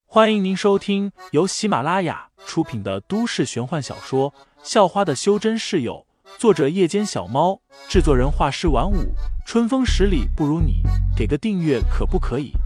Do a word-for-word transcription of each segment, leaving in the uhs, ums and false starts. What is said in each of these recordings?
欢迎您收听由喜马拉雅出品的都市玄幻小说《校花的修真室友》，作者夜间小猫，制作人画师晚舞，春风十里不如你，给个订阅可不可以？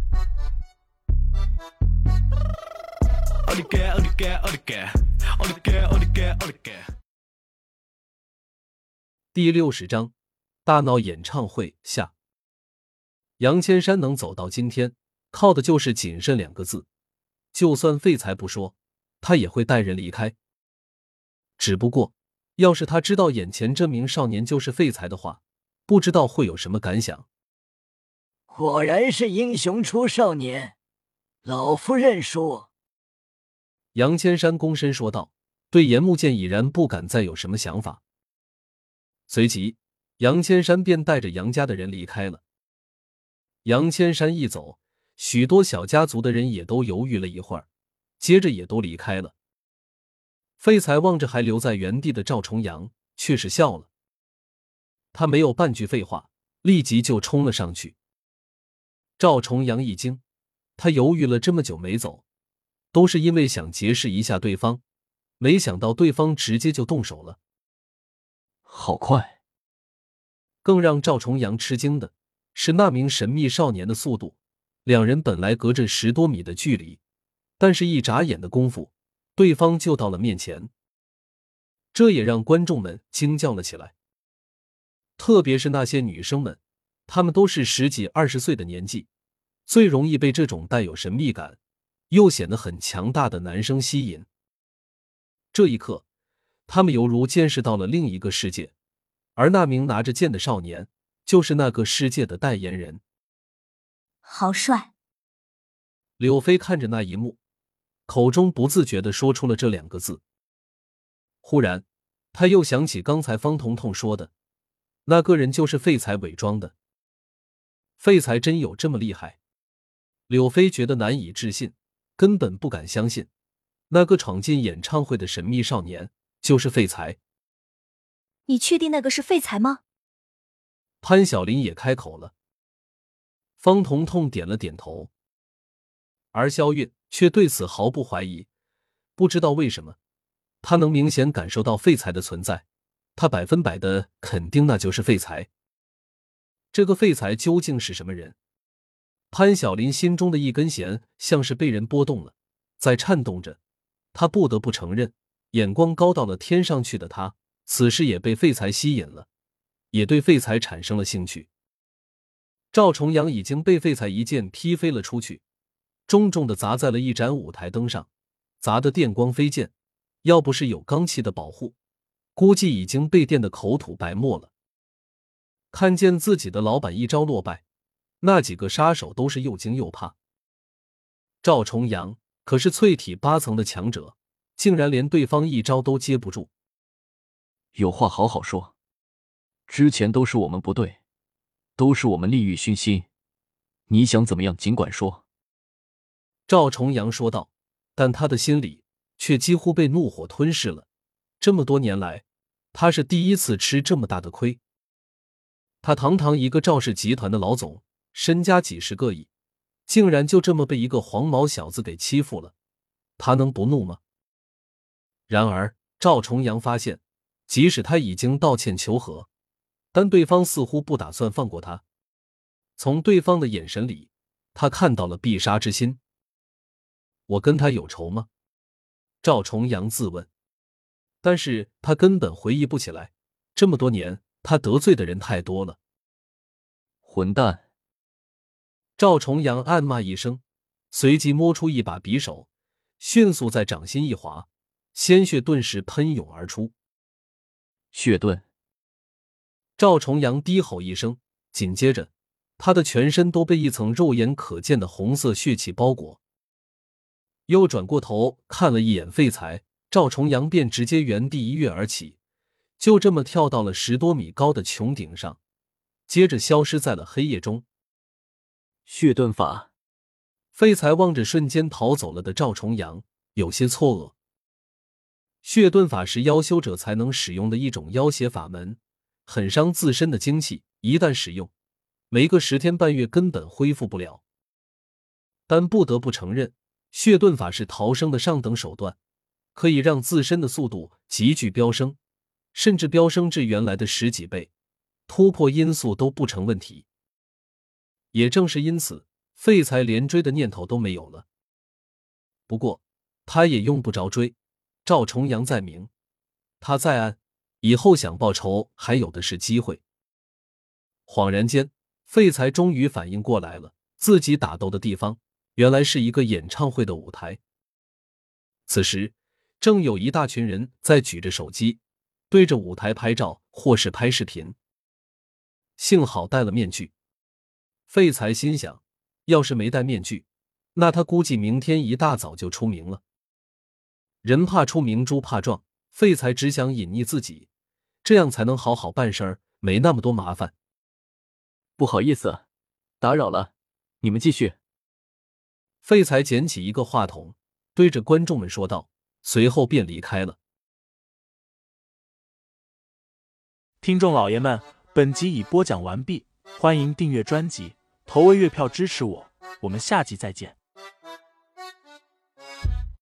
第六十章，大闹演唱会下。杨千山能走到今天，靠的就是谨慎两个字。就算废材不说，他也会带人离开。只不过，要是他知道眼前这名少年就是废材的话，不知道会有什么感想。 果然是英雄出少年，老夫认输。 杨千山躬身说道，对严木剑已然不敢再有什么想法。随即，杨千山便带着杨家的人离开了。杨千山一走，许多小家族的人也都犹豫了一会儿，接着也都离开了。废材望着还留在原地的赵重阳，却是笑了。他没有半句废话，立即就冲了上去。赵重阳一惊，他犹豫了这么久没走，都是因为想结识一下对方，没想到对方直接就动手了。 好快！ 更让赵重阳吃惊的是那名神秘少年的速度，两人本来隔着十多米的距离，但是一眨眼的功夫，对方就到了面前。这也让观众们惊叫了起来。特别是那些女生们，她们都是十几二十岁的年纪，最容易被这种带有神秘感又显得很强大的男生吸引。这一刻，他们犹如见识到了另一个世界，而那名拿着剑的少年就是那个世界的代言人。 好帅！ 柳飞看着那一幕，口中不自觉地说出了这两个字。忽然，他又想起刚才方彤彤说的，那个人就是废材伪装的。废材真有这么厉害？柳飞觉得难以置信，根本不敢相信，那个闯进演唱会的神秘少年就是废材。 你确定那个是废材吗？ 潘晓林也开口了。方彤彤点了点头，而萧韵却对此毫不怀疑。不知道为什么，他能明显感受到废材的存在，他百分百的肯定那就是废材。这个废材究竟是什么人？潘晓林心中的一根弦像是被人拨动了，在颤动着。他不得不承认，眼光高到了天上去的他，此时也被废材吸引了，也对废材产生了兴趣。赵重阳已经被废材一剑劈飞了出去，重重地砸在了一盏舞台灯上，砸得电光飞溅，要不是有罡气的保护，估计已经被电得口吐白沫了。看见自己的老板一招落败，那几个杀手都是又惊又怕。赵重阳可是淬体八层的强者，竟然连对方一招都接不住。 有话好好说，之前都是我们不对，都是我们利欲熏心，你想怎么样尽管说。 赵重阳说道，但他的心里却几乎被怒火吞噬了。这么多年来，他是第一次吃这么大的亏。他堂堂一个赵氏集团的老总，身家几十个亿，竟然就这么被一个黄毛小子给欺负了，他能不怒吗？然而赵重阳发现，即使他已经道歉求和，但对方似乎不打算放过他。从对方的眼神里，他看到了必杀之心。我跟他有仇吗？赵重阳自问。但是他根本回忆不起来，这么多年他得罪的人太多了。 混蛋！ 赵重阳暗骂一声，随即摸出一把匕首，迅速在掌心一划，鲜血顿时喷涌而出。 血遁！ 赵重阳低吼一声，紧接着他的全身都被一层肉眼可见的红色血气包裹。又转过头看了一眼废材，赵重阳便直接原地一跃而起，就这么跳到了十多米高的穹顶上，接着消失在了黑夜中。 血遁法！ 废材望着瞬间逃走了的赵重阳，有些错愕。血遁法是妖修者才能使用的一种妖邪法门，很伤自身的精气，一旦使用，没个十天半月根本恢复不了。但不得不承认， 血遁法是逃生的上等手段，可以让自身的速度急剧飙升，甚至飙升至原来的十几倍，突破音速都不成问题。也正是因此，废材连追的念头都没有了。不过他也用不着追，赵重阳在明，他在暗，以后想报仇还有的是机会。恍然间，废材终于反应过来了，自己打斗的地方原来是一个演唱会的舞台。此时正有一大群人在举着手机对着舞台拍照或是拍视频。幸好戴了面具，废材心想，要是没戴面具，那他估计明天一大早就出名了。人怕出名猪怕壮，废材只想隐匿自己，这样才能好好办事儿，没那么多麻烦。 不好意思，打扰了，你们继续。 废材捡起一个话筒，对着观众们说道，随后便离开了。 听众老爷们，本集已播讲完毕，欢迎订阅专辑，投喂月票支持我，我们下集再见。